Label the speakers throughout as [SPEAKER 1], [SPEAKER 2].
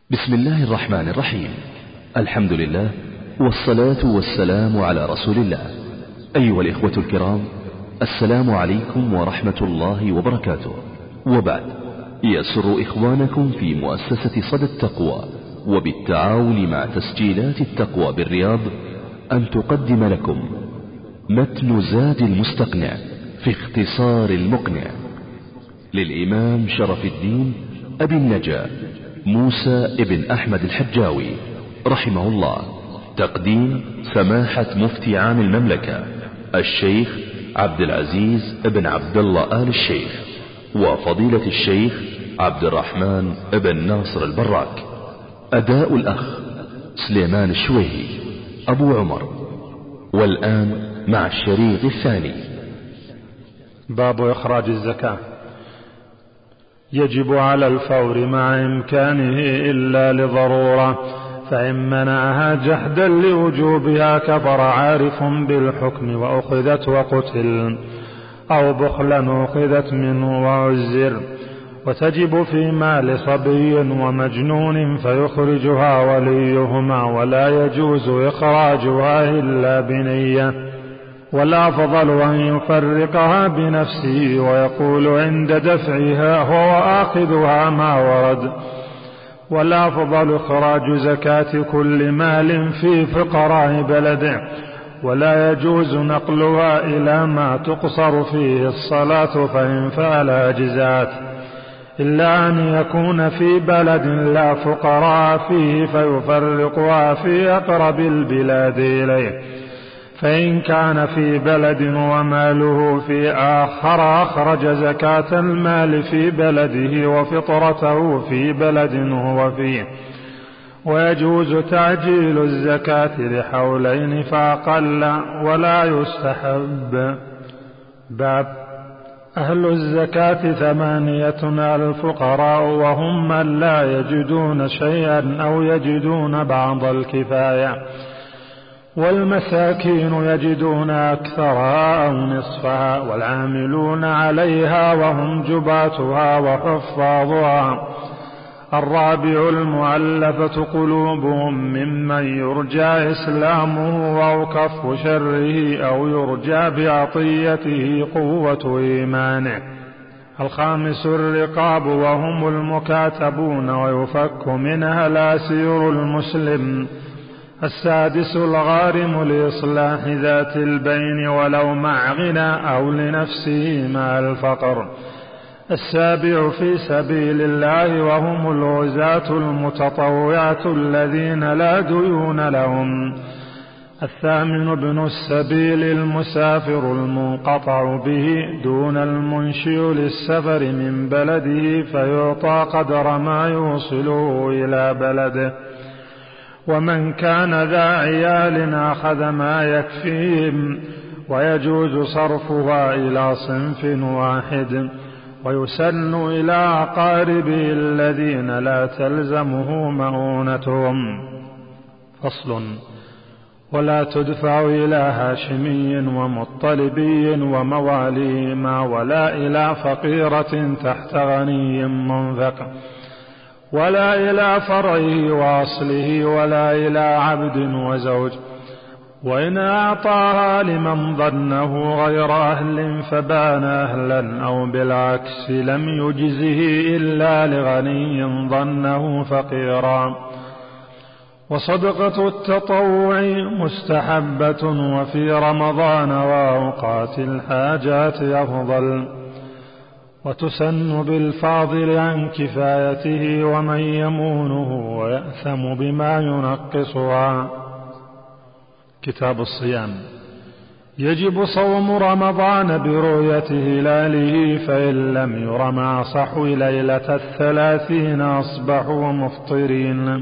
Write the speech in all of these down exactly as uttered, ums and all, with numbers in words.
[SPEAKER 1] بسم الله الرحمن الرحيم. الحمد لله والصلاة والسلام على رسول الله. أيها الإخوة الكرام، السلام عليكم ورحمة الله وبركاته. وبعد، يسر إخوانكم في مؤسسة صدى التقوى وبالتعاون مع تسجيلات التقوى بالرياض أن تقدم لكم متن زاد المستقنع في اختصار المقنع للإمام شرف الدين أبي النجا موسى ابن أحمد الحجاوي رحمه الله، تقديم سماحة مفتي عام المملكة الشيخ عبد العزيز ابن عبد الله آل الشيخ، وفضيلة الشيخ عبد الرحمن ابن ناصر البراك. أداء الأخ سليمان الشويهي أبو عمر. والآن مع الشريط الثاني.
[SPEAKER 2] باب إخراج الزكاة. يجب على الفور مع إمكانه إلا لضرورة، فإن منعها جحدا لوجوبها كفر عارف بالحكم وأخذت وقتل، أو بخلا أخذت منه وعزر. وتجب في مال صبي ومجنون فيخرجها وليهما، ولا يجوز إخراجها إلا بنية. والأفضل أن يفرقها بنفسه ويقول عند دفعها هو آخذها ما ورد. والأفضل إخراج زكاة كل مال في فقراء بلده، ولا يجوز نقلها إلى ما تقصر فيه الصلاة فإن فعل أجزات، إلا أن يكون في بلد لا فقراء فيه فيفرقها في أقرب البلاد إليه. فإن كان في بلد وماله في آخر أخرج زكاة المال في بلده وفطرته في بلد هو فيه. ويجوز تعجيل الزكاة لحولين فأقل، ولا يستحب. باب أهل الزكاة ثمانية الفقراء، وهم من لا يجدون شيئا أو يجدون بعض الكفاية، والمساكين يجدون أكثرها أو نصفها، والعاملون عليها وهم جباتها وحفاظها. الرابع المؤلفة قلوبهم ممن يرجى إسلامه أو كف شره أو يرجى بعطيته قوة إيمانه. الخامس الرقاب، وهم المكاتبون ويفك منها الأسير المسلم. السادس الغارم لإصلاح ذات البين ولو مع غنى أو لنفسه مع الفقر. السابع في سبيل الله، وهم الغزاة المتطوعة الذين لا ديون لهم. الثامن ابن السبيل المسافر المنقطع به دون المنشئ للسفر من بلده فيعطى قدر ما يوصله إلى بلده. ومن كان ذا عيال أخذ ما يكفيهم، ويجوز صرفها إلى صنف واحد، ويسن إلى أقاربه الذين لا تلزمه مؤونتهم. فصل. ولا تدفع إلى هاشمي ومطلبي ومواليهما، ولا إلى فقيرة تحت غني منفق، ولا إلى فرعه وأصله، ولا إلى عبد وزوج. وإن أعطاها لمن ظنه غير أهل فبان أهلا، أو بالعكس لم يجزه إلا لغني ظنه فقيرا. وصدقة التطوع مستحبة، وفي رمضان وأوقات الحاجات أفضل. وتسن بالفاضل عن كفايته ومن يمونه ويأثم بما ينقصها. كتاب الصيام. يجب صوم رمضان برؤية هلاله، فإن لم ير مع صحو ليلة الثلاثين أصبحوا مفطرين.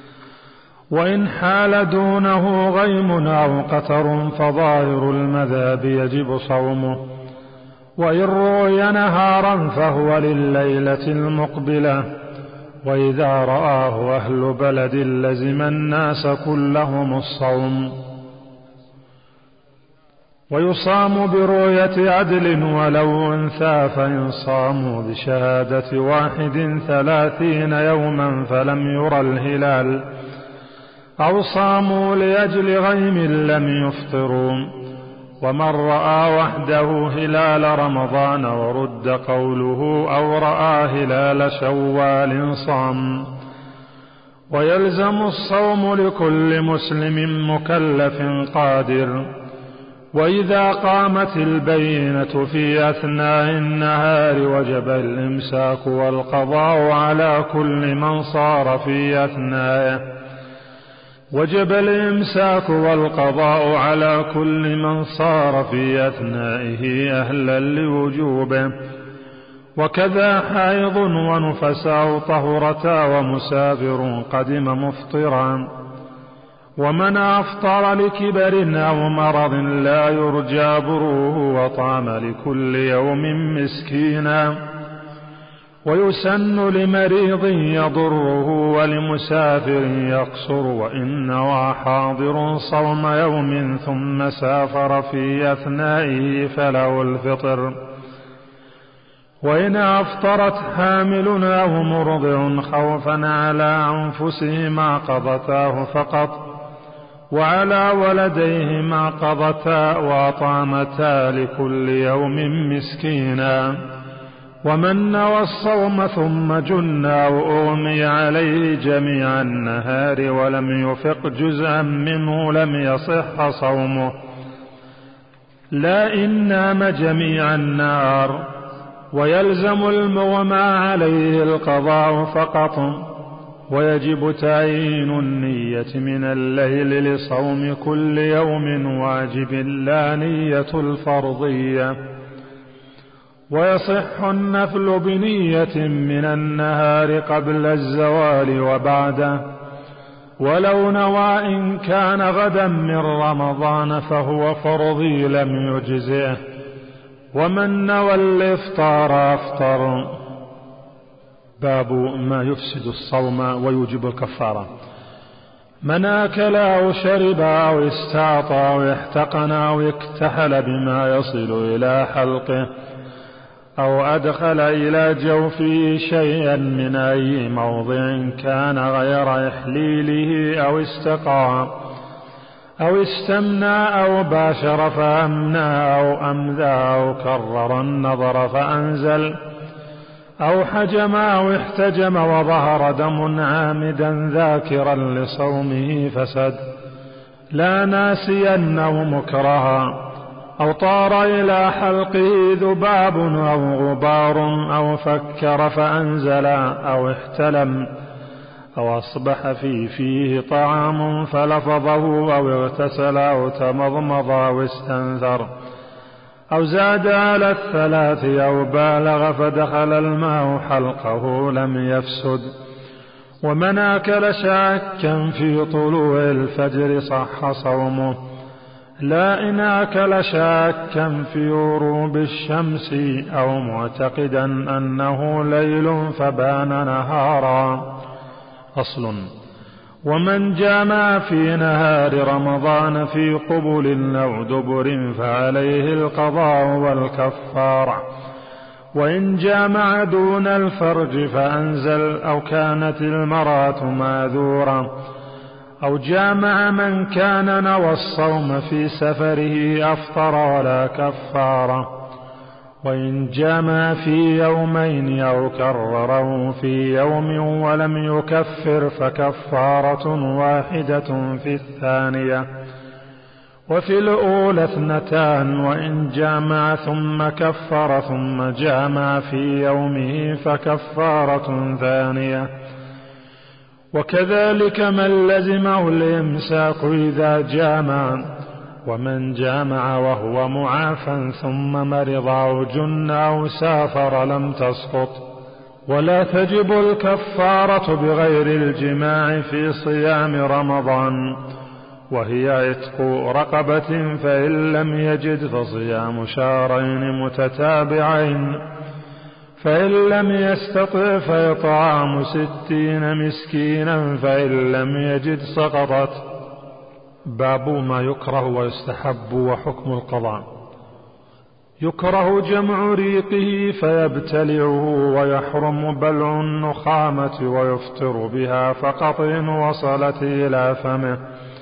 [SPEAKER 2] وإن حال دونه غيم أو قتر فظاهر المذهب يجب صومه. وإن رؤي نهارا فهو لليلة المقبلة. وإذا رآه أهل بلد لزم الناس كلهم الصوم. ويصام برؤية عدل ولو أنثى، فإن صاموا بشهادة واحد ثلاثين يوما فلم ير الهلال، أو صاموا لأجل غيم لم يفطروا. ومن رأى وحده هلال رمضان ورد قوله أو رأى هلال شوال صام. ويلزم الصوم لكل مسلم مكلف قادر. وإذا قامت البينة في أثناء النهار وجب الإمساك والقضاء على كل من صار في أثنائه وجب الإمساك والقضاء على كل من صار في أثنائه أهلا لوجوبه، وكذا حائض ونفساء طهرتا ومسافر قدم مفطرا. ومن أفطر لكبر أو مرض لا يرجى بروه وطعم لكل يوم مسكينا. ويسن لمريض يضره ولمسافر يقصر، وإن نوى حاضر صوم يوم ثم سافر في أثنائه فله الفطر. وإن أفطرت حامل أو مرضع خوفا على أنفسهما قضتاه فقط، وعلى ولديهما قضتا وأطعمتا لكل يوم مسكينا. ومن نوى الصوم ثم جن أو أغمي عليه جميع النهار ولم يفق جزءا منه لم يصح صومه، لا إن نام جميع النهار. ويلزم المغمى عليه القضاء فقط، ويجب تعيين النية من الليل لصوم كل يوم واجب لا نية الفرضية. ويصح النفل بنية من النهار قبل الزوال وبعده، ولو نوى إن كان غدا من رمضان فهو فرضي لم يجزئه. ومن نوى الإفطار أفطر. باب ما يفسد الصوم ويوجب الكفارة. من أكل أو شرب أو استعطى أو احتقن أو اكتحل بما يصل إلى حلقه أو أدخل إلى جوفه شيئا من أي موضع كان غير إحليله أو استقى أو استمنى أو باشر فأمنى أو أمذى أو كرر النظر فأنزل أو حجم أو احتجم وظهر دم عامدا ذاكرا لصومه فسد، لا ناسيا أو مكرها، أو طار إلى حلقه ذباب أو غبار أو فكر فأنزل أو احتلم أو أصبح في فيه طعام فلفظه أو اغتسل أو تمضمض أو استنثر أو زاد على الثلاث أو بالغ فدخل الماء حلقه لم يفسد. ومن أكل شاكا في طلوع الفجر صح صومه، لا إن أكل شاكا في غروب الشمس أو معتقدا أنه ليل فبان نهارا. أصل: ومن جامع في نهار رمضان في قبل أو دبر فعليه القضاء والكفارة، وإن جامع دون الفرج فأنزل أو كانت المرأة معذورة، أو جامع من كان نوى الصوم في سفره أفطر ولا كفارة، وإن جامع في يومين أو كرره في يوم ولم يكفر فكفارة واحدة في الثانية، وفي الأولى اثنتان، وإن جامع ثم كفر ثم جامع في يومه فكفارة ثانية. وكذلك من لزمه الإمساك إذا جامع، ومن جامع وهو معافى ثم مرض أو جن أو سافر لم تسقط. ولا تجب الكفارة بغير الجماع في صيام رمضان، وهي عتق رقبة، فإن لم يجد فصيام شهرين متتابعين، فإن لم يستطع فإطعام ستين مسكينا، فإن لم يجد سقطت. باب ما يكره ويستحب وحكم القضاء. يكره جمع ريقه فيبتلعه، ويحرم بلع النخامة ويفطر بها فقط إن وصلت إلى فمه.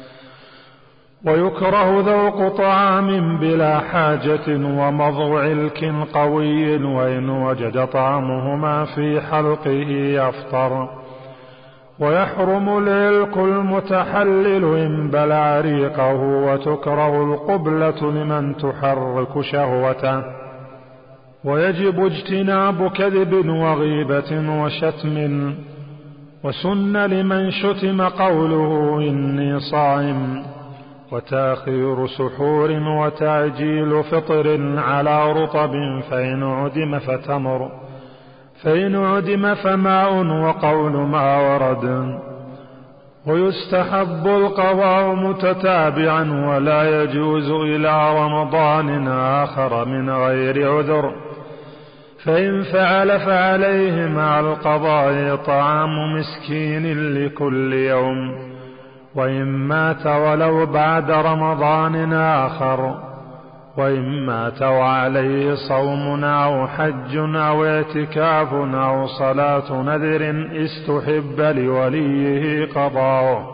[SPEAKER 2] ويكره ذوق طعام بلا حاجة ومضغ علك قوي، وإن وجد طعمهما في حلقه يفطر. ويحرم العلق المتحلل إن بلع ريقه، وتكره القبلة لمن تحرك شهوته. ويجب اجتناب كذب وغيبة وشتم. وسن لمن شتم قوله إني صائم. وتأخير سحور وتعجيل فطر على رطب، فإن عدم فتمر، فإن عدم فماء، وقول ما ورد. ويستحب القضاء متتابعا، ولا يجوز إلى رمضان آخر من غير عذر. فإن فعل فعليه مع القضاء طعام مسكين لكل يوم. وإن مات ولو بعد رمضان آخر. وإن مات وعليه صوم أو حج أو اعتكاف أو صلاة نذر استحب لوليه قضاؤه.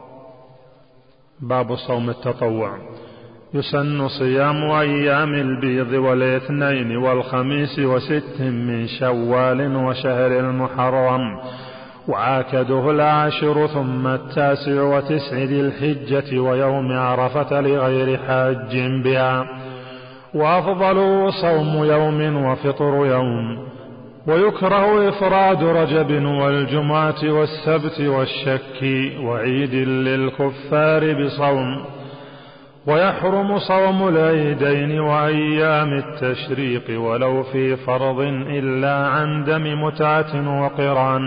[SPEAKER 2] باب صوم التطوع. يسن صيام أيام البيض والاثنين والخميس وست من شوال وشهر المحرم، وعاكده العاشر ثم التاسع وتسع ذي الحجة ويوم عرفة لغير حاج بها. وأفضل صوم يوم وفطر يوم. ويكره إفراد رجب والجمعة والسبت والشك وعيد للكفار بصوم. ويحرم صوم العيدين وأيام التشريق ولو في فرض إلا عن دم متعة وقران.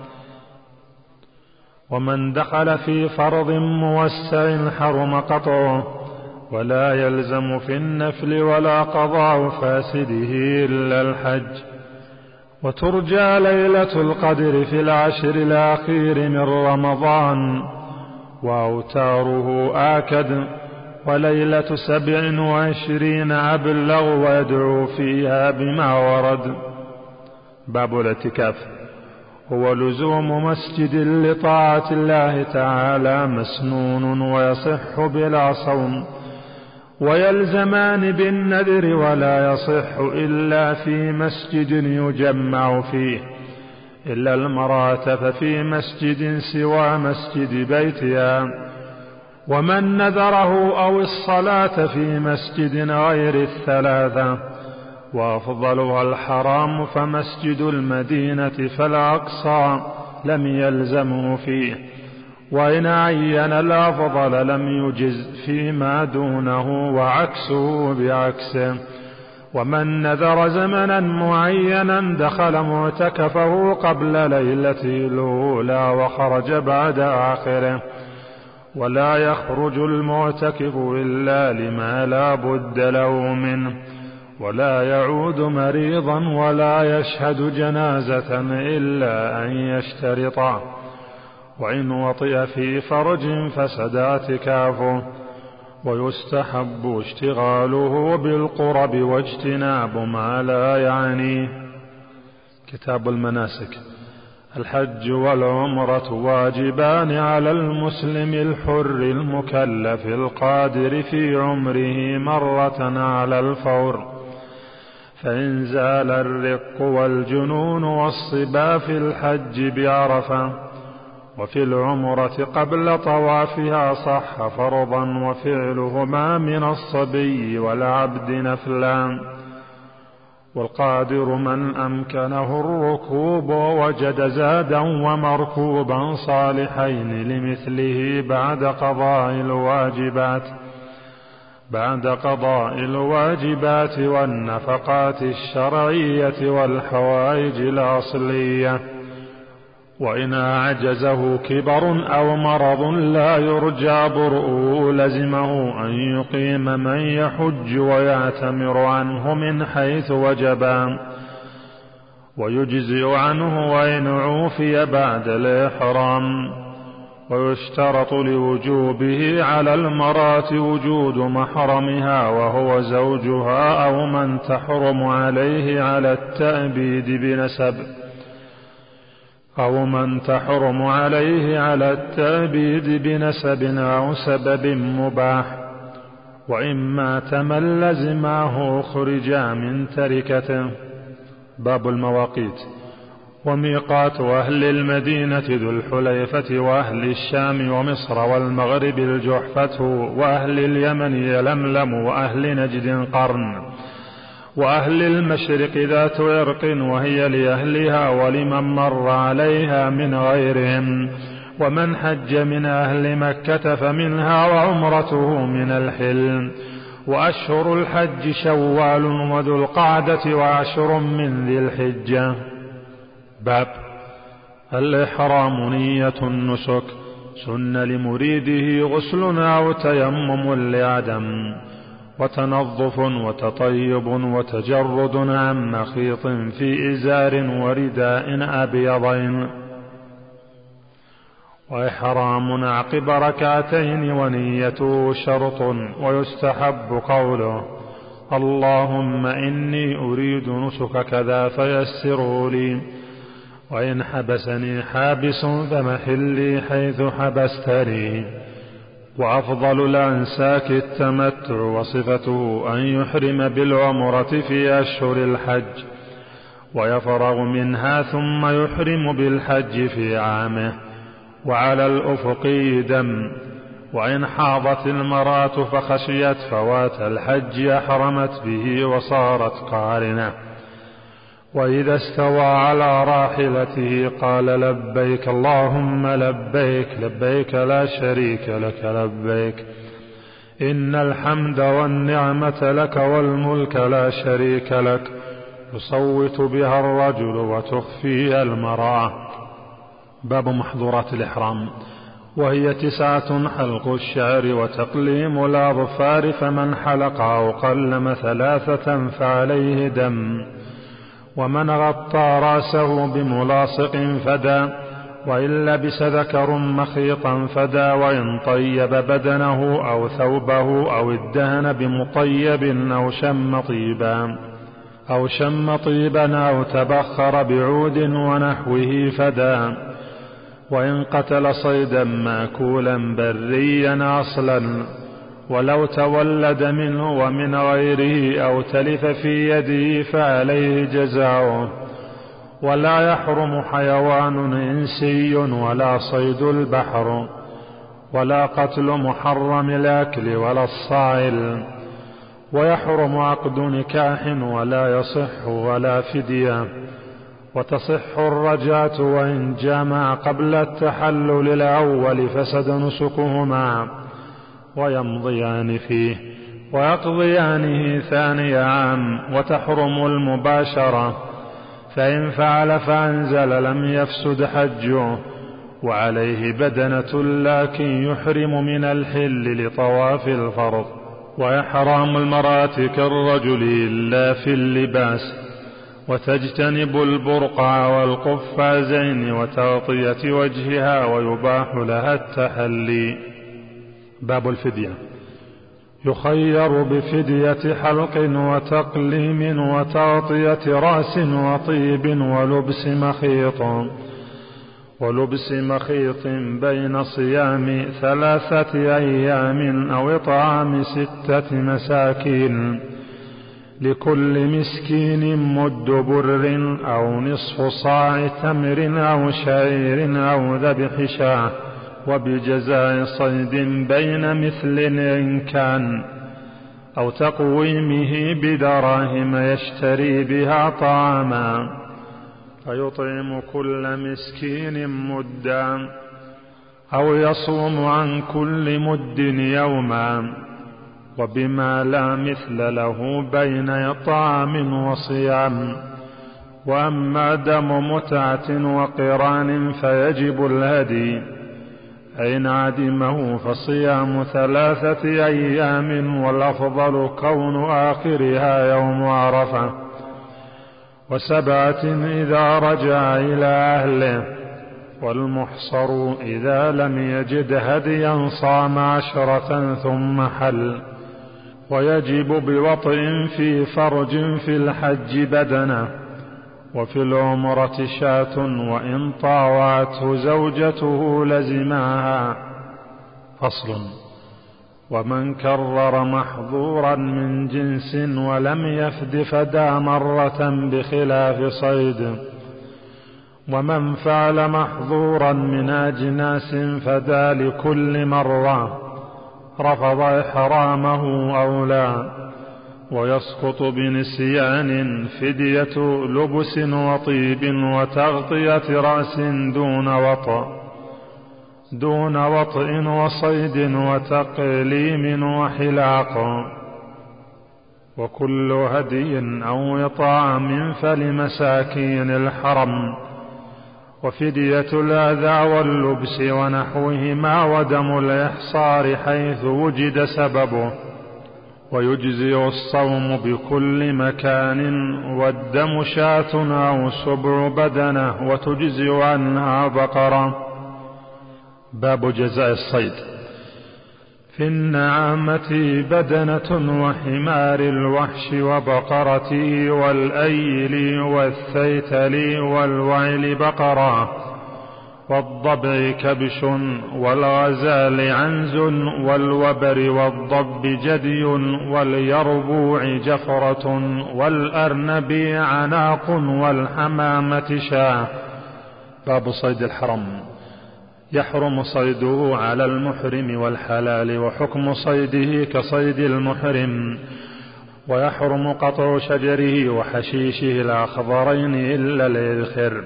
[SPEAKER 2] ومن دخل في فرض موسع حرم قطعه، ولا يلزم في النفل ولا قضاء فاسده إلا الحج. وترجى ليلة القدر في العشر الأخير من رمضان، وأوتاره آكد. وليلة سبع وعشرين أبلغ، ويدعو فيها بما ورد. باب الاعتكاف. هو لزوم مسجد لطاعة الله تعالى مسنون، ويصح بلا صوم. ويلزمان بالنذر، ولا يصح إلا في مسجد يجمع فيه، إلا المرأة ففي مسجد سوى مسجد بيتها. ومن نذره أو الصلاة في مسجد غير الثلاثة، وأفضلها الحرام فمسجد المدينة فالأقصى لم يلزمه فيه. وإن عين الأفضل لم يجز فيما دونه، وعكسه بعكسه. ومن نذر زمنا معينا دخل معتكفه قبل ليلته الأولى وخرج بعد آخره. ولا يخرج المعتكف إلا لما لا بد له منه. ولا يعود مريضا ولا يشهد جنازة إلا أن يشترطا. وإن وطئ في فرج فسد اعتكافه. ويستحب اشتغاله بالقرب واجتناب ما لا يعنيه. كتاب المناسك. الحج والعمرة واجبان على المسلم الحر المكلف القادر في عمره مرة على الفور، فإن زال الرق والجنون والصبا في الحج بعرفة. وفي العمرة قبل طوافها صح فرضا، وفعلهما من الصبي والعبد نفلا. والقادر من أمكنه الركوب ووجد زادا ومركوبا صالحين لمثله بعد قضاء الواجبات بعد قضاء الواجبات والنفقات الشرعية والحوائج الأصلية. وإن أعجزه كبر أو مرض لا يرجى برؤه لزمه أن يقيم من يحج ويعتمر عنه من حيث وجبا، ويجزئ عنه وإن عوفي بعد الإحرام. ويشترط لوجوبه على المرأة وجود محرمها وهو زوجها أو من تحرم عليه على التأبيد بنسب أو من تحرم عليه على التأبيد بنسب أو سبب مباح. وإما تمن لزماه خرجا من تركته. باب المواقيت. وميقات أهل المدينة ذو الحليفة وأهل الشام ومصر والمغرب الجحفة وأهل اليمن يلملم وأهل نجد قرن وأهل المشرق ذات عرق وهي لأهلها ولمن مر عليها من غيرهم. ومن حج من أهل مكة فمنها وعمرته من الحلم. وأشهر الحج شوال وذو القعدة وعشر من ذي الحجة. باب الإحرام نية النسك. سن لمريده غسل أو تيمم لعدم وتنظف وتطيب وتجرد عن مخيط في إزار ورداء أبيضين. وإحرام عقب ركعتين ونيته شرط. ويستحب قوله اللهم إني أريد نسك كذا فيسره لي. وإن حبسني حابس فمحلي حيث حبستني. وأفضل الأنساك التمتع وصفته أن يحرم بالعمرة في أشهر الحج ويفرغ منها ثم يحرم بالحج في عامه. وعلى الأفق دم. وإن حاضت المرأة فخشيت فوات الحج أحرمت به وصارت قارنة. وإذا استوى على راحلته قال لبيك اللهم لبيك لبيك لا شريك لك لبيك إن الحمد والنعمة لك والملك لا شريك لك. يصوت بها الرجل وتخفي المرأة. باب محظورات الإحرام. وهي تسعة: حلق الشعر وتقليم الأظفار فمن حلق أو قلم ثلاثة فعليه دم. ومن غطى راسه بملاصق فدى. وإن لبس ذكر مخيطا فدى. وإن طيب بدنه أو ثوبه أو ادهن بمطيب أو شم طيبا أو شم طيبا أو تبخر بعود ونحوه فدى. وإن قتل صيدا ماكولا بريا أصلا ولو تولد منه ومن غيره أو تلف في يده فعليه جزاؤه. ولا يحرم حيوان إنسي ولا صيد البحر ولا قتل محرم الأكل ولا الصائل. ويحرم عقد نكاح ولا يصح ولا فدية. وتصح الرجعة وإن جامع قبل التحلل الأول فسد نسكهما ويمضيان فيه ويقضيانه ثاني عام. وتحرم المباشرة فإن فعل فأنزل لم يفسد حجه وعليه بدنة لكن يحرم من الحل لطواف الفرض. وإحرام المرأة كالرجل إلا في اللباس. وتجتنب البرقع والقفازين وتغطية وجهها ويباح لها التحلي. باب الفدية. يخير بفدية حلق وتقليم وتغطية رأس وطيب ولبس مخيط ولبس مخيط بين صيام ثلاثة أيام أو إطعام ستة مساكين لكل مسكين مد بر أو نصف صاع تمر أو شعير أو ذبح شاة. وبجزاء صيد بين مثل إن كان أو تقويمه بدراهم يشتري بها طعاما فيطعم كل مسكين مدا أو يصوم عن كل مد يوما. وبما لا مثل له بين إطعام وصيام. وأما دم متعة وقران فيجب الهدي. إن عدمه فصيام ثلاثة أيام والأفضل كون آخرها يوم عرفة. وسبعة إذا رجع إلى أهله والمحصر إذا لم يجد هديا صام عشرة ثم حل. ويجب بوطئ في فرج في الحج بدنه، وفي العمرة شاة وإن طاوعته زوجته لزمها. فصل. ومن كرر محظورا من جنس ولم يفد فدى مرة بخلاف صيد، ومن فعل محظورا من أجناس فدى لكل مرة رفض إحرامه أو لا. ويسقط بنسيان فدية لبس وطيب وتغطية رأس دون وطأ دون وطئ وصيد وتقليم وحلاق. وكل هدي أو إطعام فلمساكين الحرم. وفدية الأذى واللبس ونحوهما ودم الإحصار حيث وجد سببه. ويجزئ الصوم بكل مكان، والدم شاة أو سبع بدنه وتجزئ عنها بقرة. باب جزاء الصيد. في النعامة بدنة وحمار الوحش وبقرته والأيل والثيتل والوعل بقرة، والضبع كبش والغزال عنز والوبر والضب جدي واليربوع جفرة والأرنب عناق والحمامة شاة. باب صيد الحرم. يحرم صيده على المحرم والحلال، وحكم صيده كصيد المحرم. ويحرم قطع شجره وحشيشه الأخضرين إلا الإذخر.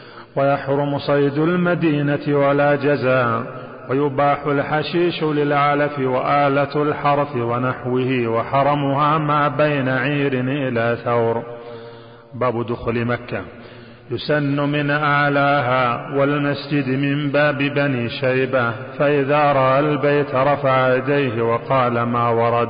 [SPEAKER 2] ويحرم صيد المدينة ولا جزاء. ويباح الحشيش للعلف وآلة الحرث ونحوه، وحرمها ما بين عير إلى ثور. باب دخول مكة. يسن من أعلاها والمسجد من باب بني شيبة، فإذا رأى البيت رفع يديه وقال ما ورد،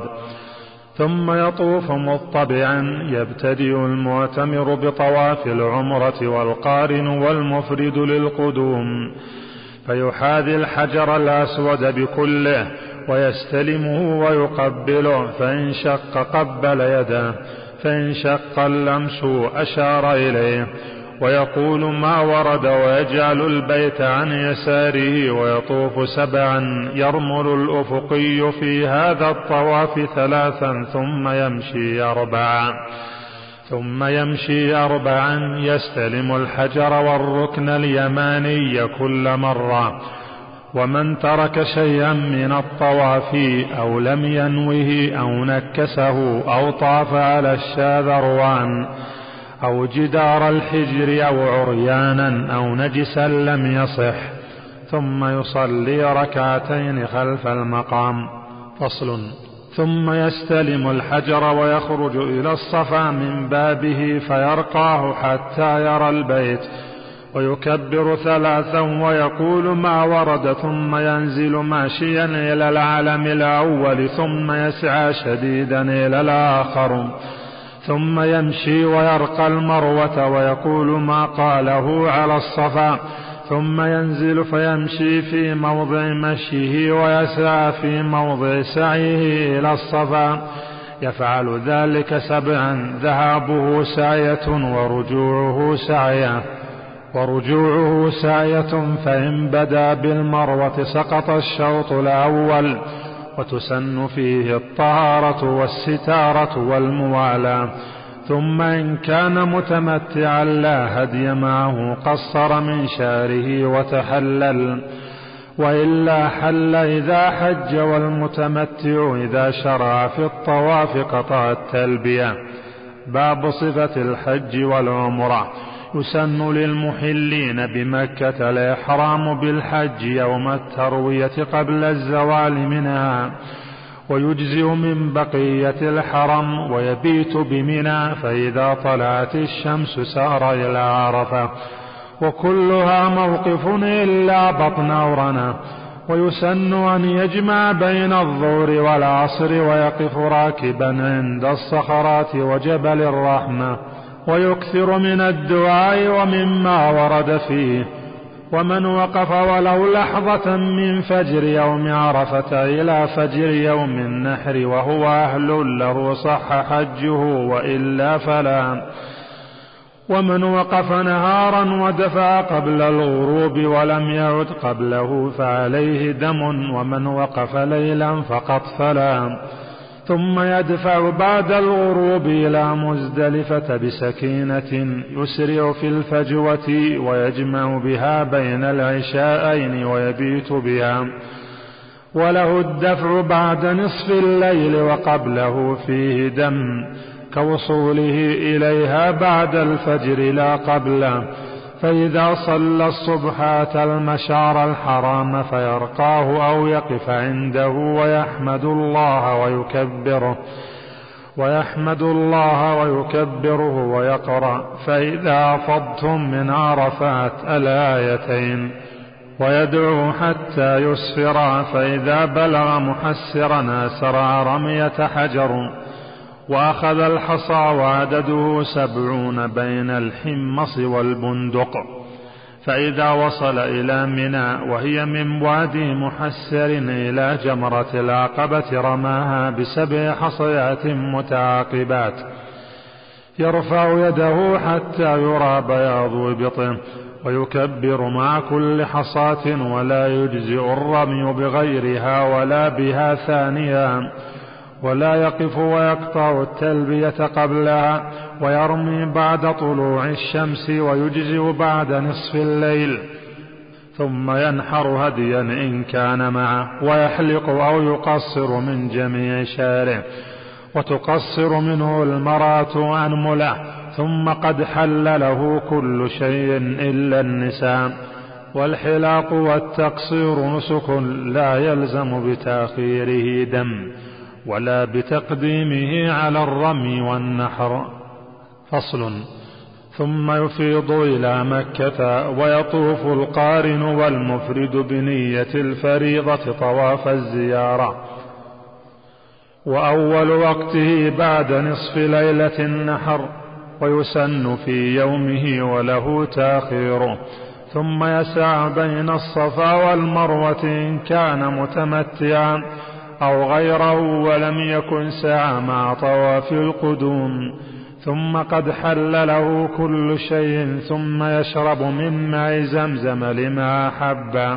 [SPEAKER 2] ثم يطوف مطبعا. يبتدئ المعتمر بطواف العمرة والقارن والمفرد للقدوم، فيحاذي الحجر الأسود بكله ويستلمه ويقبله، فإن شق قبل يده، فإن شق اللمس أشار إليه، ويقول ما ورد، ويجعل البيت عن يساره، ويطوف سبعا. يرمل الأفقي في هذا الطواف ثلاثا ثم يمشي أربعا ثم يمشي أربعا يستلم الحجر والركن اليماني كل مرة. ومن ترك شيئا من الطواف أو لم ينوه أو نكسه أو طاف على الشاذروان أو جدار الحجر أو عريانا أو نجسا لم يصح، ثم يصلي ركعتين خلف المقام. فصل. ثم يستلم الحجر ويخرج إلى الصفا من بابه فيرقاه حتى يرى البيت، ويكبر ثلاثا ويقول ما ورد، ثم ينزل ماشيا إلى العلم الأول، ثم يسعى شديدا إلى الآخر، ثم يمشي ويرقى المروة ويقول ما قاله على الصفا، ثم ينزل فيمشي في موضع مشيه ويسعى في موضع سعيه إلى الصفا. يفعل ذلك سبعا، ذهابه سعية ورجوعه سعية ورجوعه سعية فإن بدا بالمروة سقط الشوط الأول، وتسن فيه الطهارة والستارة والموالاة. ثم إن كان متمتعا لا هدي معه قصر من شعره وتحلل، وإلا حل إذا حج، والمتمتع إذا شرع في الطواف قطع التلبية. باب صفة الحج والعمرة. يسن للمحلين بمكة الإحرام بالحج يوم التروية قبل الزوال منها، ويجزئ من بقية الحرم، ويبيت بمنى، فإذا طلعت الشمس سار إلى عرفة، وكلها موقف إلا بطن أورنة. ويسن أن يجمع بين الظهر والعصر، ويقف راكبا عند الصخرات وجبل الرحمة، ويكثر من الدعاء ومما ورد فيه، ومن وقف ولو لحظة من فجر يوم عرفة إلى فجر يوم النحر وهو أهل له صح حجه وإلا فلا. ومن وقف نهارا ودفع قبل الغروب ولم يعد قبله فعليه دم، ومن وقف ليلا فقط فلا. ثم يدفع بعد الغروب إلى مزدلفة بسكينة يسرع في الفجوة ويجمع بها بين العشاءين ويبيت بها، وله الدفع بعد نصف الليل وقبله فيه دم كوصوله إليها بعد الفجر لا قبله. فإذا صلى الصبح أتى المشعر الحرام فيرقاه أو يقف عنده ويحمد الله ويكبره ويحمد الله ويكبره ويقرأ فإذا أفضتم من عرفات الآيتين، ويدعو حتى يسفر، فإذا بلغ محسرا أسرع رمية حجر وأخذ الحصى وعدده سبعون بين الحمص والبندق. فإذا وصل إلى منى وهي من وادي محسر إلى جمرة العقبة رماها بسبع حصيات متعاقبات، يرفع يده حتى يرى بياض إبطه ويكبر مع كل حصاة، ولا يجزئ الرمي بغيرها ولا بها ثانيا، ولا يقف ويقطع التلبية قبلها، ويرمي بعد طلوع الشمس ويجزئ بعد نصف الليل، ثم ينحر هديا إن كان معه، ويحلق أو يقصر من جميع شاره، وتقصر منه المرأة أنمله، ثم قد حل له كل شيء إلا النساء. والحلاق والتقصير نسك لا يلزم بتأخيره دم ولا بتقديمه على الرمي والنحر. فصل. ثم يفيض إلى مكة ويطوف القارن والمفرد بنية الفريضة طواف الزيارة، وأول وقته بعد نصف ليلة النحر، ويسن في يومه وله تاخيره. ثم يسعى بين الصفا والمروة إن كان متمتعا أو غيره ولم يكن سعى مع طواف القدوم، ثم قد حل له كل شيء، ثم يشرب من ماء زمزم لما أحب،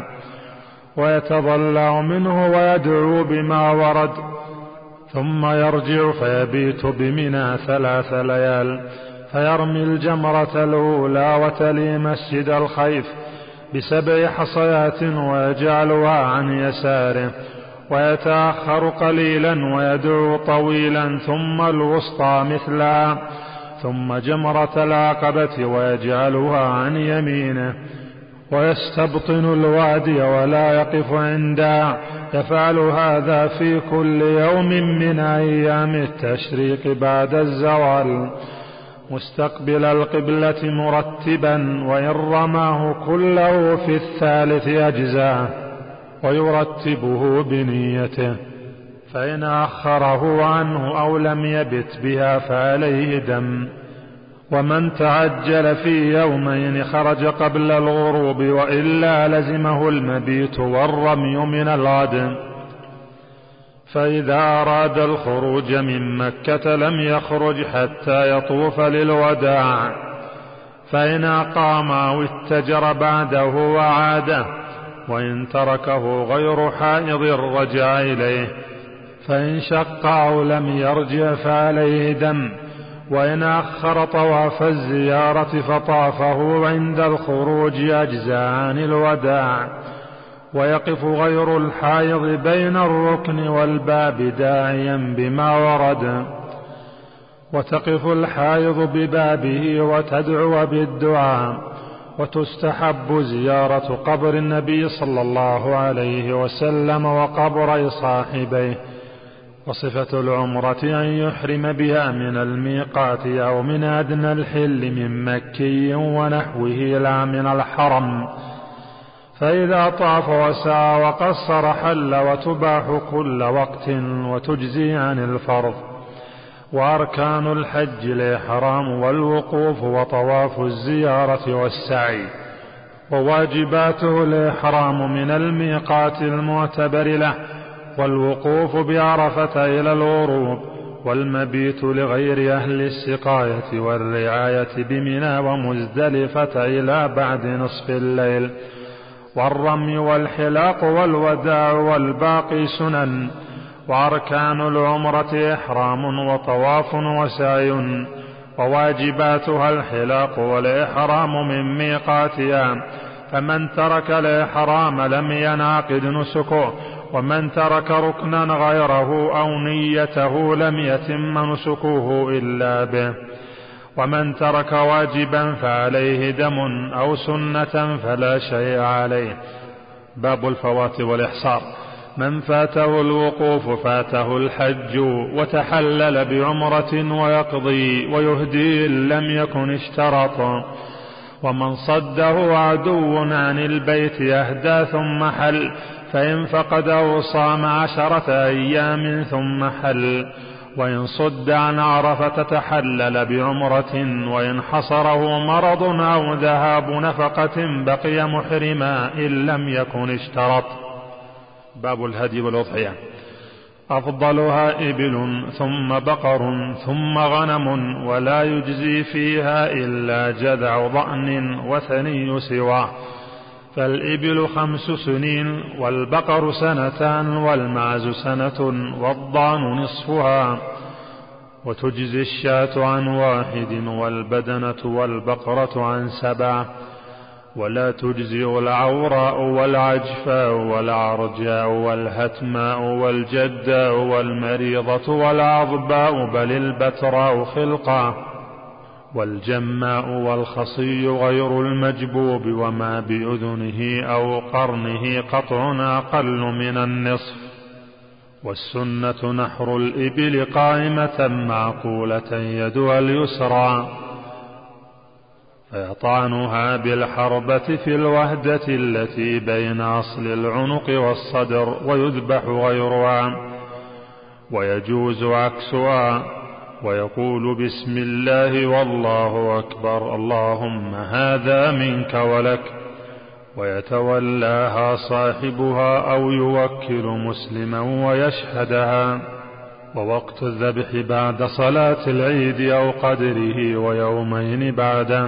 [SPEAKER 2] ويتضلع منه ويدعو بما ورد، ثم يرجع فيبيت بمنى ثلاث ليال، فيرمي الجمرة الأولى وتلي مسجد الخيف بسبع حصيات ويجعلها عن يساره، ويتأخر قليلا ويدعو طويلا، ثم الوسطى مثلها، ثم جمرة العقبة ويجعلها عن يمينه، ويستبطن الوادي ولا يقف عندها. يفعل هذا في كل يوم من أيام التشريق بعد الزوال، مستقبل القبلة مرتبا، وإن رماه كله في الثالث أجزاه، ويرتبه بنيته، فإن أخره عنه أو لم يبت بها فعليه دم. ومن تعجل في يومين خرج قبل الغروب، وإلا لزمه المبيت والرمي من الغد. فإذا أراد الخروج من مكة لم يخرج حتى يطوف للوداع، فإن أقام أو اتجر بعده وعاده، وإن تركه غير حائض رجع إليه، فإن شق أو لم يرجع فعليه دم. وإن أخر طواف الزيارة فطافه عند الخروج أجزاء عن الوداع، ويقف غير الحائض بين الركن والباب داعيا بما ورد، وتقف الحائض ببابه وتدعو بالدعاء. وتستحب زيارة قبر النبي صلى الله عليه وسلم وقبر صاحبيه. وصفة العمرة أن يحرم بها من الميقات أو من أدنى الحل من مكي ونحوه لا من الحرم، فإذا طاف وسعى وقصر حل، وتباح كل وقت وتجزي عن الفرض. وأركان الحج الإحرام والوقوف وطواف الزيارة والسعي. وواجباته الإحرام من الميقات المعتبر له، والوقوف بعرفة إلى الغروب، والمبيت لغير أهل السقاية والرعاية بمنى ومزدلفة إلى بعد نصف الليل، والرمي والحلاق والوداع والباقي سنن. وأركان العمرة إحرام وطواف وسعي، وواجباتها الحلاق والإحرام من ميقاتها، فمن ترك الإحرام لم ينعقد نسكه، ومن ترك ركنا غيره أو نيته لم يتم نسكه إلا به، ومن ترك واجبا فعليه دم أو سنة فلا شيء عليه. باب الفوات والإحصار. من فاته الوقوف فاته الحج، وتحلل بعمرة ويقضي ويهدي إن لم يكن اشترط. ومن صده عدو عن البيت يهدى ثم حل، فإن فقده صام عشرة أيام ثم حل. وإن صد عن عرفة تحلل بعمرة، وإن حصره مرض أو ذهاب نفقة بقي محرما إن لم يكن اشترط. باب الهدي والأضحية. أفضلها إبل ثم بقر ثم غنم، ولا يجزي فيها إلا جذع ضأن وثني سواه. فالإبل خمس سنين، والبقر سنتان، والمعز سنة، والضان نصفها. وتجزي الشاة عن واحد، والبدنة والبقرة عن سبع. ولا تجزئ العوراء والعجفاء والعرجاء والهتماء والجداء والمريضة والعظباء، بل البتراء خلقا. والجماء والخصي غير المجبوب، وما بأذنه أو قرنه قطع أقل من النصف. والسنة نحر الإبل قائمة معقولة يدها اليسرى، فيطعنها بالحربة في الوهدة التي بين أصل العنق والصدر، ويذبح غيرها. ويجوز عكسها، ويقول بسم الله والله أكبر، اللهم هذا منك ولك، ويتولاها صاحبها أو يوكل مسلما ويشهدها. ووقت الذبح بعد صلاة العيد أو قدره ويومين بعده،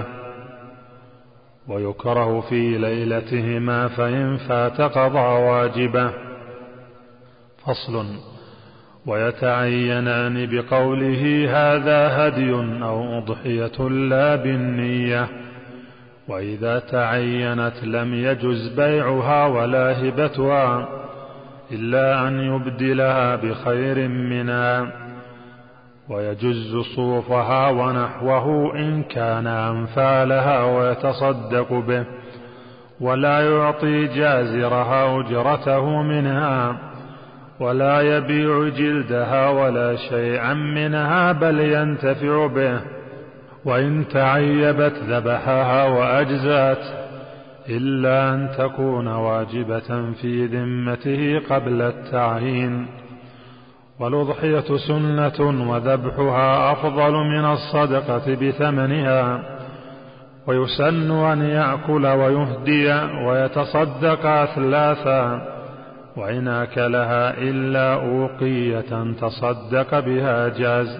[SPEAKER 2] ويكره في ليلتهما، فإن فات قضى واجبه. فصل. ويتعينان بقوله هذا هدي أو أضحية لا بالنية. وإذا تعينت لم يجز بيعها ولا هبتها، إلا أن يبدلها بخير منها. ويجز صوفها ونحوه إن كان أنفع لها ويتصدق به، ولا يعطي جازرها أجرته منها، ولا يبيع جلدها ولا شيئا منها، بل ينتفع به. وإن تعيبت ذبحها وأجزات، إلا أن تكون واجبة في ذمته قبل التعيين. والأضحية سنة، وذبحها أفضل من الصدقة بثمنها. ويسن أن يأكل ويهدي ويتصدق أثلاثا، وإن أكلها إلا أوقية تصدق بها جاز،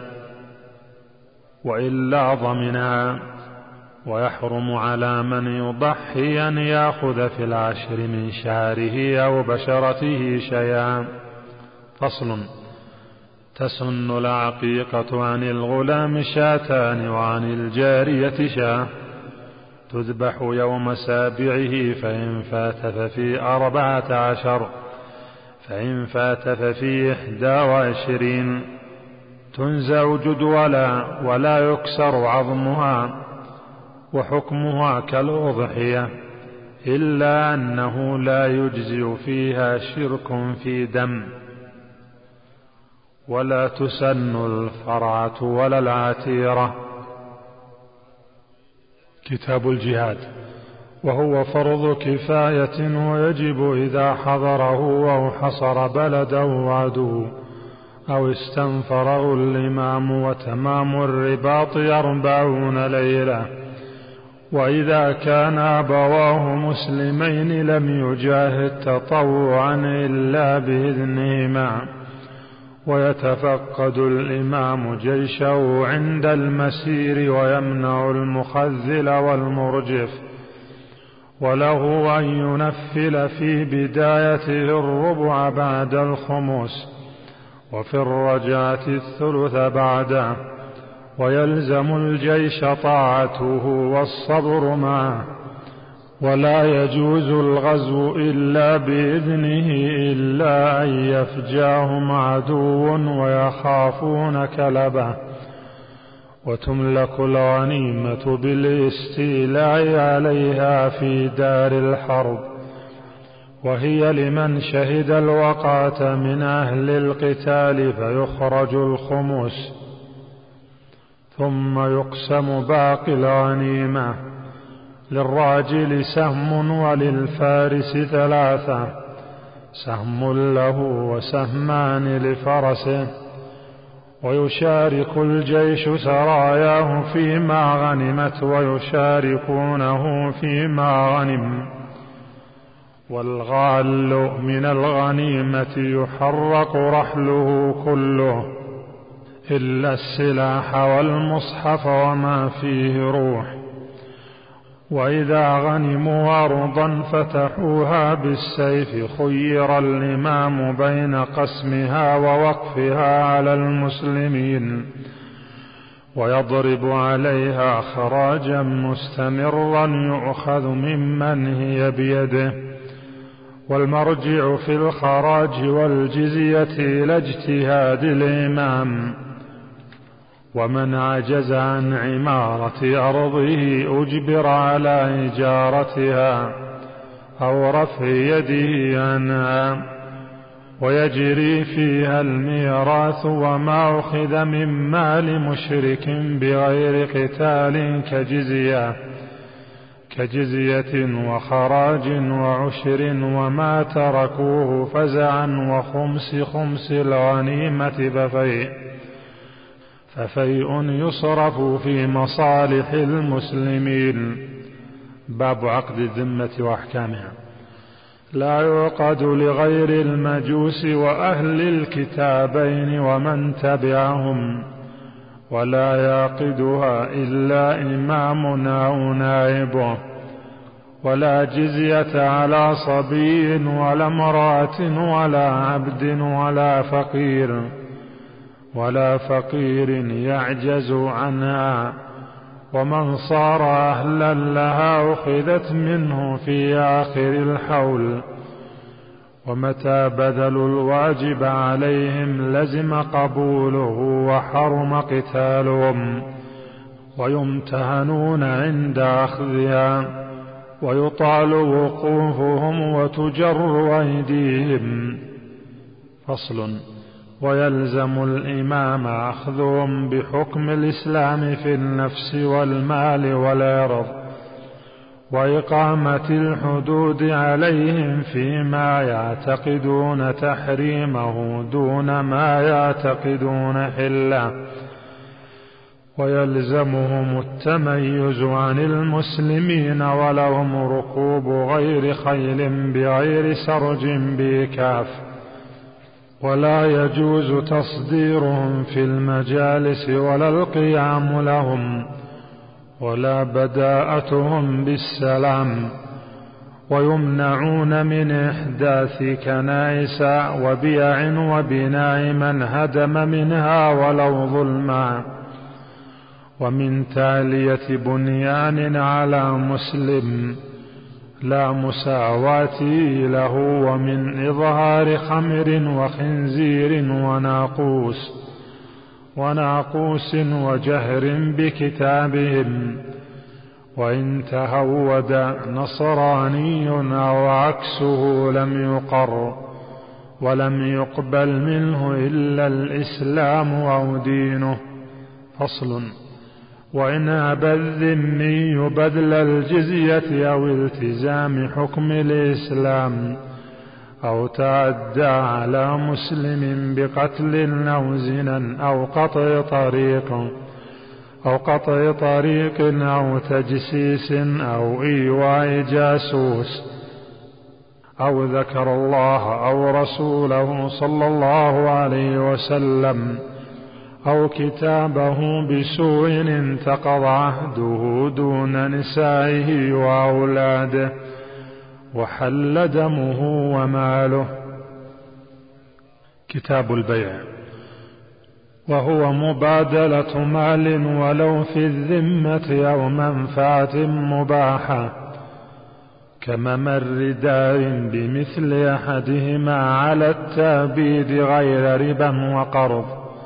[SPEAKER 2] وإلا ضمنها. ويحرم على من يضحي أن يأخذ في العشر من شعره أو بشرته شيئا. فصل. تسن العقيقة عن الغلام شاتان، وعن الجارية شاة، تذبح يوم سابعه، فإن فات ففي أربعة عشر، فإن فات ففي إحدى وعشرين. تنزع جدولا ولا يكسر عظمها، وحكمها كالأضحية، إلا أنه لا يجزئ فيها شرك في دم. ولا تسن الفرعة ولا العتيرة. كتاب الجهاد. وهو فرض كفاية، ويجب إذا حضره أو حصر بلده عدو أو استنفره الإمام. وتمام الرباط أربعون ليلة، وإذا كان أبواه مسلمين لم يجاهد تطوعا إلا بإذنهما، ويتفقد الإمام جيشه عند المسير ويمنع المخذل والمرجف، وله أن ينفل في بدايته الربع بعد الخمس، وفي الرجعة الثلث بعده، ويلزم الجيش طاعته والصبر معه، ولا يجوز الغزو إلا بإذنه إلا أن يفجاهم عدو ويخافون كلبه. وتملك الغنيمة بالاستيلاء عليها في دار الحرب، وهي لمن شهد الوقعة من أهل القتال فيخرج الخمس، ثم يقسم باقي الغنيمة، للراجل سهم وللفارس ثلاثة، سهم له وسهمان لفرسه، ويشارك الجيش سراياه فيما غنمت ويشاركونه فيما غنم. والغال من الغنيمة يحرق رحله كله إلا السلاح والمصحف وما فيه روح. وإذا غنموا أرضا فتحوها بالسيف خير الإمام بين قسمها ووقفها على المسلمين، ويضرب عليها خراجا مستمرا يؤخذ ممن هي بيده، والمرجع في الخراج والجزية إلى اجتهاد الإمام. ومن عجز عن عمارة أرضه أجبر على إجارتها أو رفع يده عنها، ويجري فيها الميراث وما أخذ من مال مشرك بغير قتال كجزية كجزية وخراج وعشر وما تركوه فزعا وخمس خمس الغنيمة ففيء ففيء يصرف في مصالح المسلمين. باب عقد الذمة وأحكامها. لا يعقد لغير المجوس وأهل الكتابين ومن تبعهم، ولا يعقدها إلا إمام أو نائبه، ولا جزية على صبي ولا امرأة ولا عبد ولا فقير ولا فقير يعجز عنها، ومن صار أهلا لها أخذت منه في آخر الحول. ومتى بذلوا الواجب عليهم لزم قبوله وحرم قتالهم، ويمتهنون عند أخذها، ويطال وقوفهم وتجر أيديهم. فصل. ويلزم الإمام أخذهم بحكم الإسلام في النفس والمال والعرض، وإقامة الحدود عليهم فيما يعتقدون تحريمه دون ما يعتقدون حله، ويلزمهم التميز عن المسلمين، ولهم ركوب غير خيل بغير سرج بكاف، ولا يجوز تصديرهم في المجالس ولا القيام لهم، ولا بداءتهم بالسلام، ويمنعون من إحداث كنائس وبيع وبناء من هدم منها ولو ظلما، ومن تالية بنيان على مسلم لا مساواته له، ومن إظهار خمر وخنزير وناقوس وناقوس وجهر بكتابهم، وإن تهود نصراني أو عكسه لم يقر، ولم يقبل منه إلا الإسلام أو دينه. فصل. وإن أبى الذمي بذل الجزية أو التزام حكم الإسلام، أو تعدى على مسلم بقتل أو زنا أو قطع طريق، أو قطع طريق أو تجسيس أو إيواء جاسوس، أو ذكر الله أو رسوله صلى الله عليه وسلم أو كتابه بسوء انتقض عهده دون نسائه وأولاده وحل دمه وماله. كتاب البيع، وهو مبادلة مال ولو في الذمة أو منفعة مباحة، كممر دار بمثل أحدهما على التابيد غير ربا وقرض،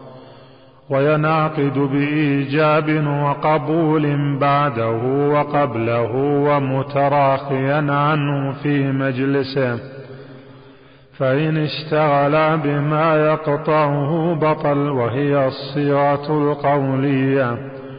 [SPEAKER 2] وينعقد بإيجاب وقبول بعده وقبله ومتراخيا عنه في مجلسه، فإن اشتغل بما يقطعه بطل، وهي الصيغة القولية،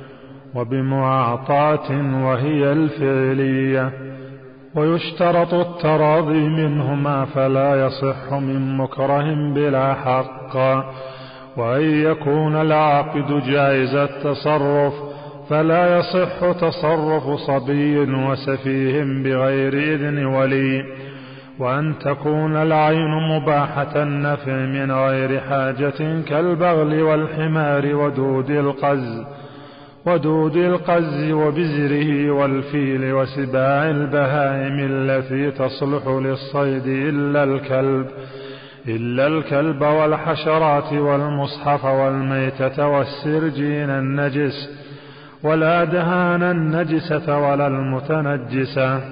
[SPEAKER 2] وبمعاطاة وهي الفعلية. ويشترط التراضي منهما فلا يصح من مكره بلا حق، وأن يكون العاقد جائز التصرف فلا يصح تصرف صبي وسفيه بغير إذن ولي، وأن تكون العين مباحة النفع من غير حاجة كالبغل والحمار ودود القز ودود القز وبزره والفيل وسباع البهائم التي تصلح للصيد إلا الكلب إلا الكلب والحشرات والمصحف والميتة والسرجين النجس والأدهان النجسة ولا المتنجسة.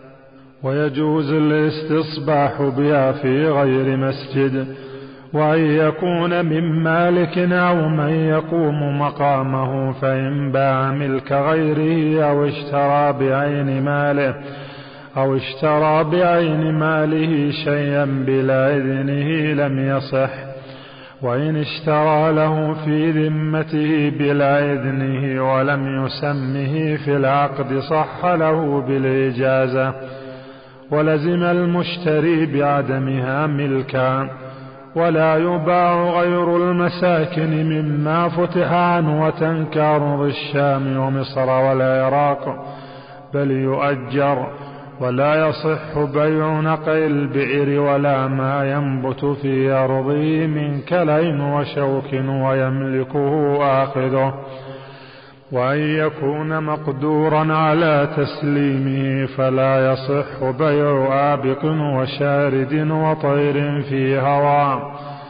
[SPEAKER 2] ويجوز الاستصباح بها في غير مسجد، وأن يكون من مالك أو من يقوم مقامه، فإن باع ملك غيره أو اشترى بعين ماله أو اشترى بعين ماله شيئا بلا إذنه لم يصح، وإن اشترى له في ذمته بلا إذنه ولم يسمه في العقد صح له بالإجازة، ولزم المشتري بعدمها ملكا. ولا يباع غير المساكن مما فتح عنوة كأرض الشام ومصر والعراق، بل يؤجر. ولا يصح بيع نقع البئر ولا ما ينبت في أرضه من كلأ وشوك ويملكه آخذه، وأن يكون مقدورا على تسليمه، فلا يصح بيع آبق وشارد وطير في هواء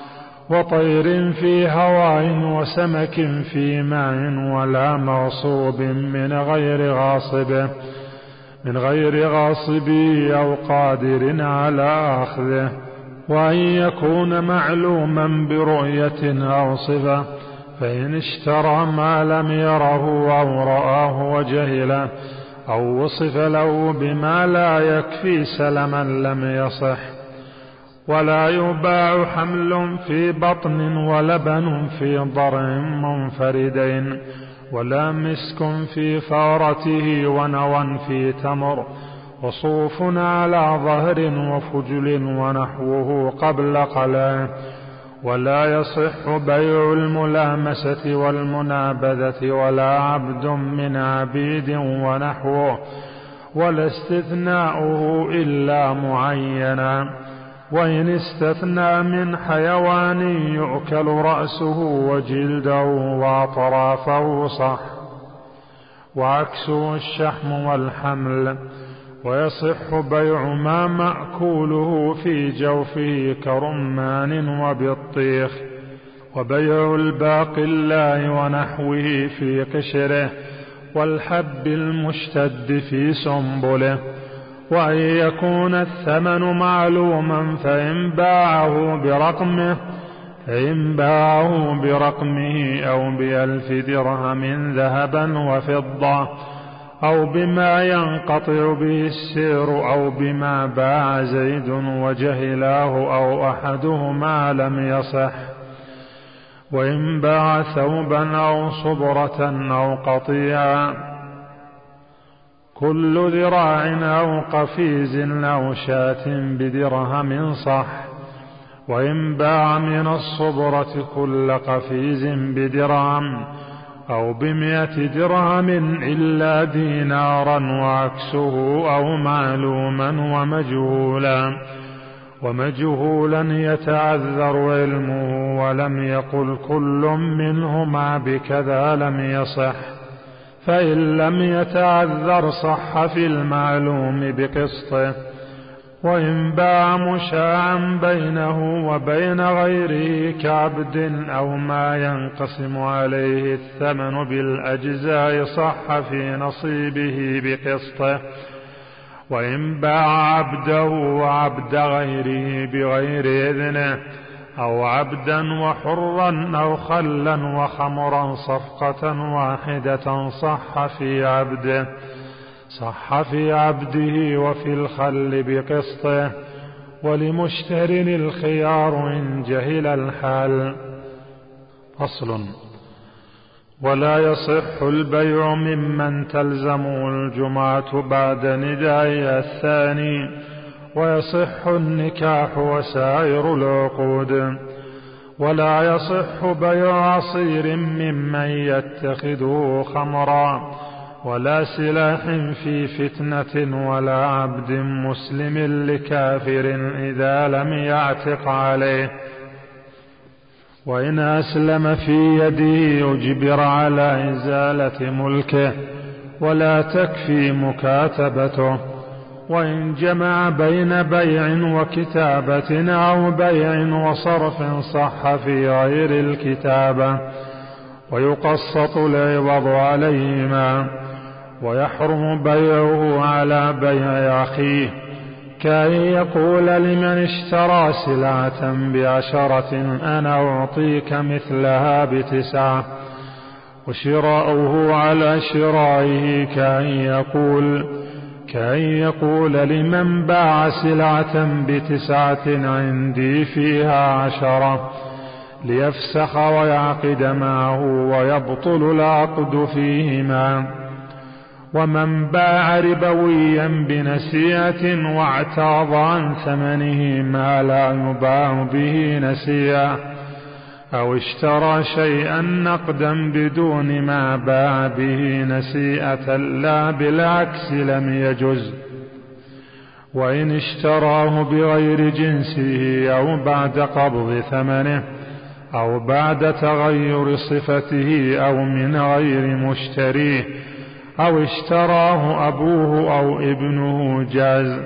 [SPEAKER 2] وطير في هواء وسمك في ماء، ولا مغصوب من غير غاصبه من غير غاصبه أو قادر على أخذه، وأن يكون معلوما برؤية أو صفة، فإن اشترى ما لم يره أو رآه وجهله أو وصف له بما لا يكفي سلما لم يصح. ولا يباع حمل في بطن ولبن في ضرع منفردين، ولا مسك في فارته ونوى في تمر، وصوف على ظهر وفجل ونحوه قبل قلعه. ولا يصح بيع الملامسة والمنابذة ولا عبد من عبيد ونحوه، ولا استثناؤه إلا معينا، وإن استثنى من حيوان يؤكل رأسه وجلده وأطرافه صح، وعكسه الشحم والحمل. ويصح بيع ما مأكوله في جوفه كرمان وبطيخ، وبيع الباقلاء ونحوه في قشره، والحب المشتد في سنبله. وأن يكون الثمن معلوما، فإن باعه برقمه فإن باعه برقمه أو بألف درهم ذهبا وفضة، أو بما ينقطع به السير، أو بما باع زيد وجهلاه أو أحدهما لم يصح. وإن باع ثوبا أو صبرة أو قطيعا كل ذراع أو قفيز أو شاة بدرهم صح. وإن باع من الصبرة كل قفيز بدرهم، أو بمئة درهم إلا دينارا وعكسه، أو معلوما ومجهولا ومجهولا يتعذر علمه ولم يقل كل منهما بكذا لم يصح. فإن لم يتعذر صح في المعلوم بقسطه. وإن باع مشاعا بينه وبين غيره كعبد أو ما ينقسم عليه الثمن بالأجزاء صح في نصيبه بقسطه. وإن باع عبده وعبد غيره بغير إذنه، أو عبدا وحرا أو خلا وخمرا صفقة واحدة صح في عبده صح في عبده وفي الخل بقسطه. ولمشتر الخيار إن جهل الحال. فصل. ولا يصح البيع ممن تلزمه الجمعة بعد ندائها الثاني، ويصح النكاح وسائر العقود. ولا يصح بيع عصير ممن يتخذه خمرا، ولا سلاح في فتنة، ولا عبد مسلم لكافر إذا لم يعتق عليه. وإن أسلم في يده أجبر على إزالة ملكه، ولا تكفي مكاتبته. وإن جمع بين بيع وكتابة أو بيع وصرف صح في غير الكتابة، ويقسط العوض عليهما. ويحرم بيعه على بيع أخيه، كأن يقول لمن اشترى سلعة بعشرة أنا أعطيك مثلها بتسعة، وشراؤه على شرائه كأن يقول كأن يقول لمن باع سلعة بتسعة عندي فيها عشرة، ليفسخ ويعقد معه ويبطل العقد فيهما. ومن باع ربويا بنسيئة واعتاض عن ثمنه ما لا يباع به نسيئة، أو اشترى شيئا نقدا بدون ما باع به نسيئة لا بالعكس لم يجز. وإن اشتراه بغير جنسه أو بعد قبض ثمنه أو بعد تغير صفته أو من غير مشتريه أو اشتراه أبوه أو ابنه جاز.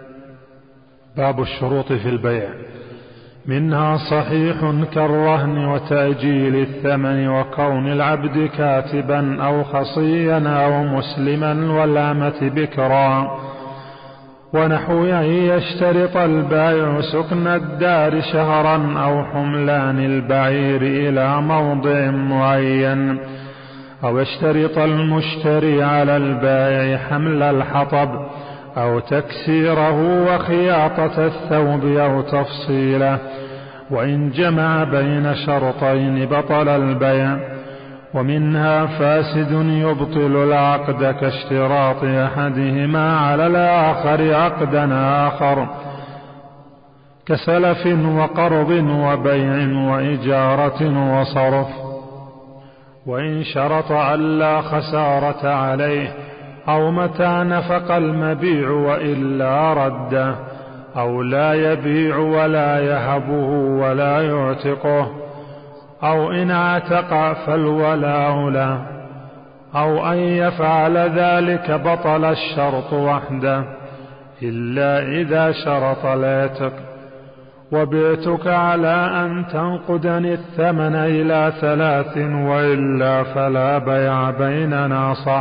[SPEAKER 2] باب الشروط في البيع. منها صحيح كالرهن وتأجيل الثمن، وكون العبد كاتبا أو خصيا أو مسلما والأمة بكرا. ونحو أن يشترط البائع سكن الدار شهرا أو حملان البعير إلى موضع معين، أو يشترط المشتري على البائع حمل الحطب أو تكسيره وخياطة الثوب أو تفصيله. وإن جمع بين شرطين بطل البيع. ومنها فاسد يبطل العقد كاشتراط أحدهما على الآخر عقدا آخر، كسلف وقرض وبيع وإجارة وصرف. وإن شرط ألا خسارة عليه، أو متى نفق المبيع وإلا رده، أو لا يبيع ولا يهبه ولا يعتقه، أو إن اعتق فالولاء له، أو أن يفعل ذلك بطل الشرط وحده إلا إذا شرط العتق. وبعتك على أن تنقدني الثمن إلى ثلاث وإلا فلا بيع بيننا صح.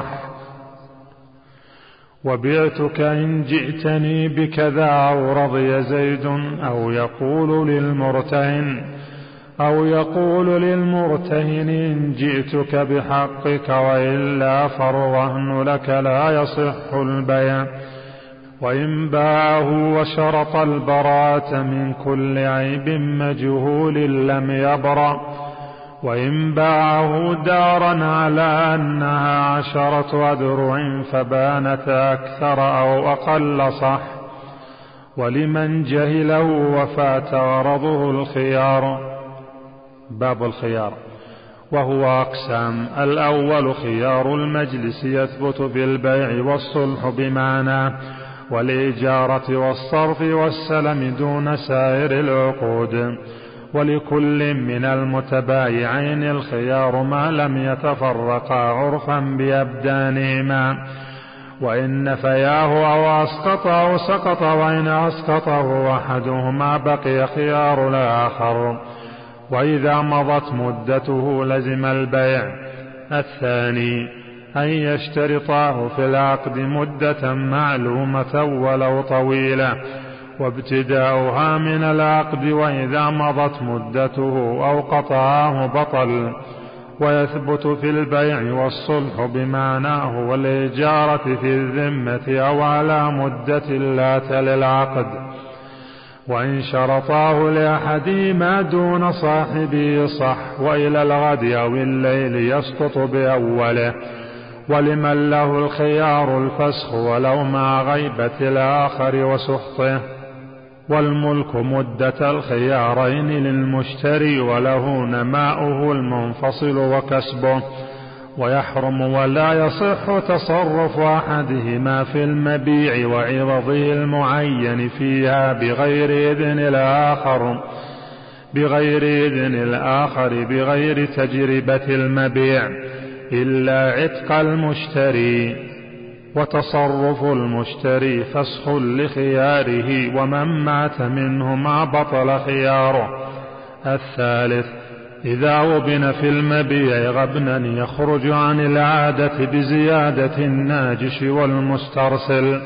[SPEAKER 2] وبعتك إن جئتني بكذا أو رضي زيد، أو يقول للمرتهن أو يقول للمرتهن إن جئتك بحقك وإلا فالرهن لك لا يصح البيع. وإن باعه وشرط البراءة من كل عيب مجهول لم يبرأ. وإن باعه دارا على أنها عشرة أذرع فبانت أكثر أو أقل صح. ولمن جهله وفات غرضه الخيار. باب الخيار. وهو أقسام: الأول خيار المجلس يثبت بالبيع والصلح بمعناه، والإجارة والصرف والسلم دون سائر العقود، ولكل من المتبايعين الخيار ما لم يتفرقا عرفا بأبدانهما، وإن نفياه أو أسقطه سقط، وإن أسقطه أحدهما بقي خيار الآخر، وإذا مضت مدته لزم البيع. الثاني أن يشترطاه في العقد مدة معلومة ولو طويلة، وابتداؤها من العقد، وإذا مضت مدته أو قطعاه بطل. ويثبت في البيع والصلح بمعناه والإجارة في الذمة أو على مدة لا تلي العقد، وإن شرطاه لأحدهما دون صاحبه صح، وإلى الغد أو الليل يسقط بأوله. ولمن له الخيار الفسخ ولو مع غيبة الآخر وسخطه. والملك مدة الخيارين للمشتري، وله نماؤه المنفصل وكسبه، ويحرم ولا يصح تصرف أحدهما في المبيع وعوضه المعين فيها بغير إذن الآخر بغير إذن الآخر بغير تجربة المبيع، إلا عتق المشتري. وتصرف المشتري فسخ لخياره، ومن مات منهما بطل خياره. الثالث إذا وبن في المبيع غبنا يخرج عن العادة بزيادة الناجش والمسترسل.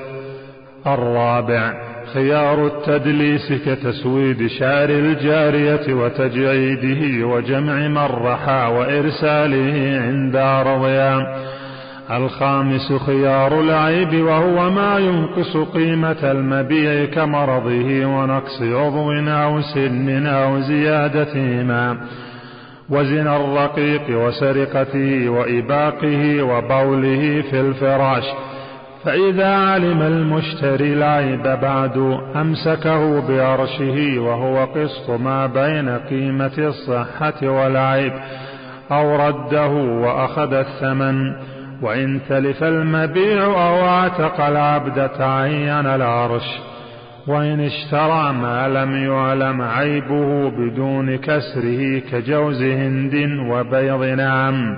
[SPEAKER 2] الرابع خيار التدليس كتسويد شعر الجارية وتجعيده وجمع من رحى وإرساله عند عرضها. الخامس خيار العيب، وهو ما ينقص قيمة المبيع كمرضه ونقص عضو أو سن أو زيادتهما، وزنا الرقيق وسرقته وإباقه وبوله في الفراش. فإذا علم المشتري العيب بعد أمسكه بأرشه، وهو قسط ما بين قيمة الصحة والعيب، أو رده وأخذ الثمن. وإن تلف المبيع أو اعتق العبد تعين العرش. وإن اشترى ما لم يعلم عيبه بدون كسره كجوز هند وبيض نعم،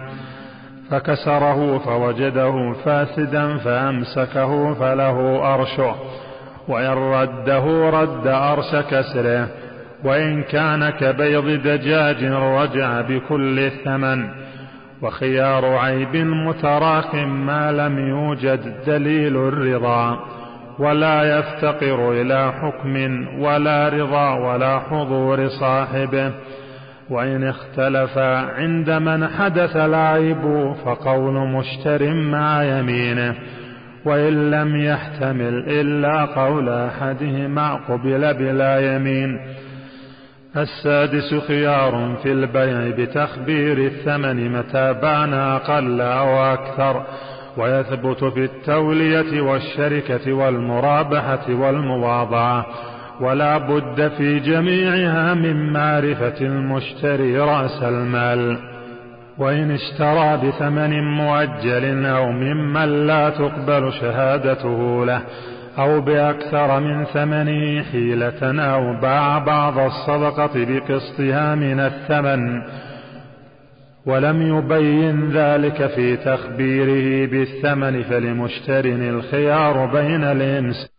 [SPEAKER 2] فكسره فوجده فاسدا فأمسكه فله أرشه، وإن رده رد أرش كسره. وإن كان كبيض دجاج رجع بكل الثمن. وخيار عيب متراخ ما لم يوجد دليل الرضا، ولا يفتقر إلى حكم ولا رضا ولا حضور صاحبه. وإن اختلف عند من حدث العيب فقول مشتر مع يمينه، وإن لم يحتمل إلا قول أحدهما قبل بلا يمين. السادس خيار في البيع بتخبير الثمن متى بان أقل أو أكثر، ويثبت في التولية والشركة والمرابحة والمواضعة، ولا بد في جميعها من معرفة المشتري رأس المال. وإن اشترى بثمن مؤجل أو ممن لا تقبل شهادته له، أو بأكثر من ثمنه حيلة، أو باع بعض الصدقة بقسطها من الثمن ولم يبين ذلك في تخبيره بالثمن، فلمشتر الخيار بين الإمساك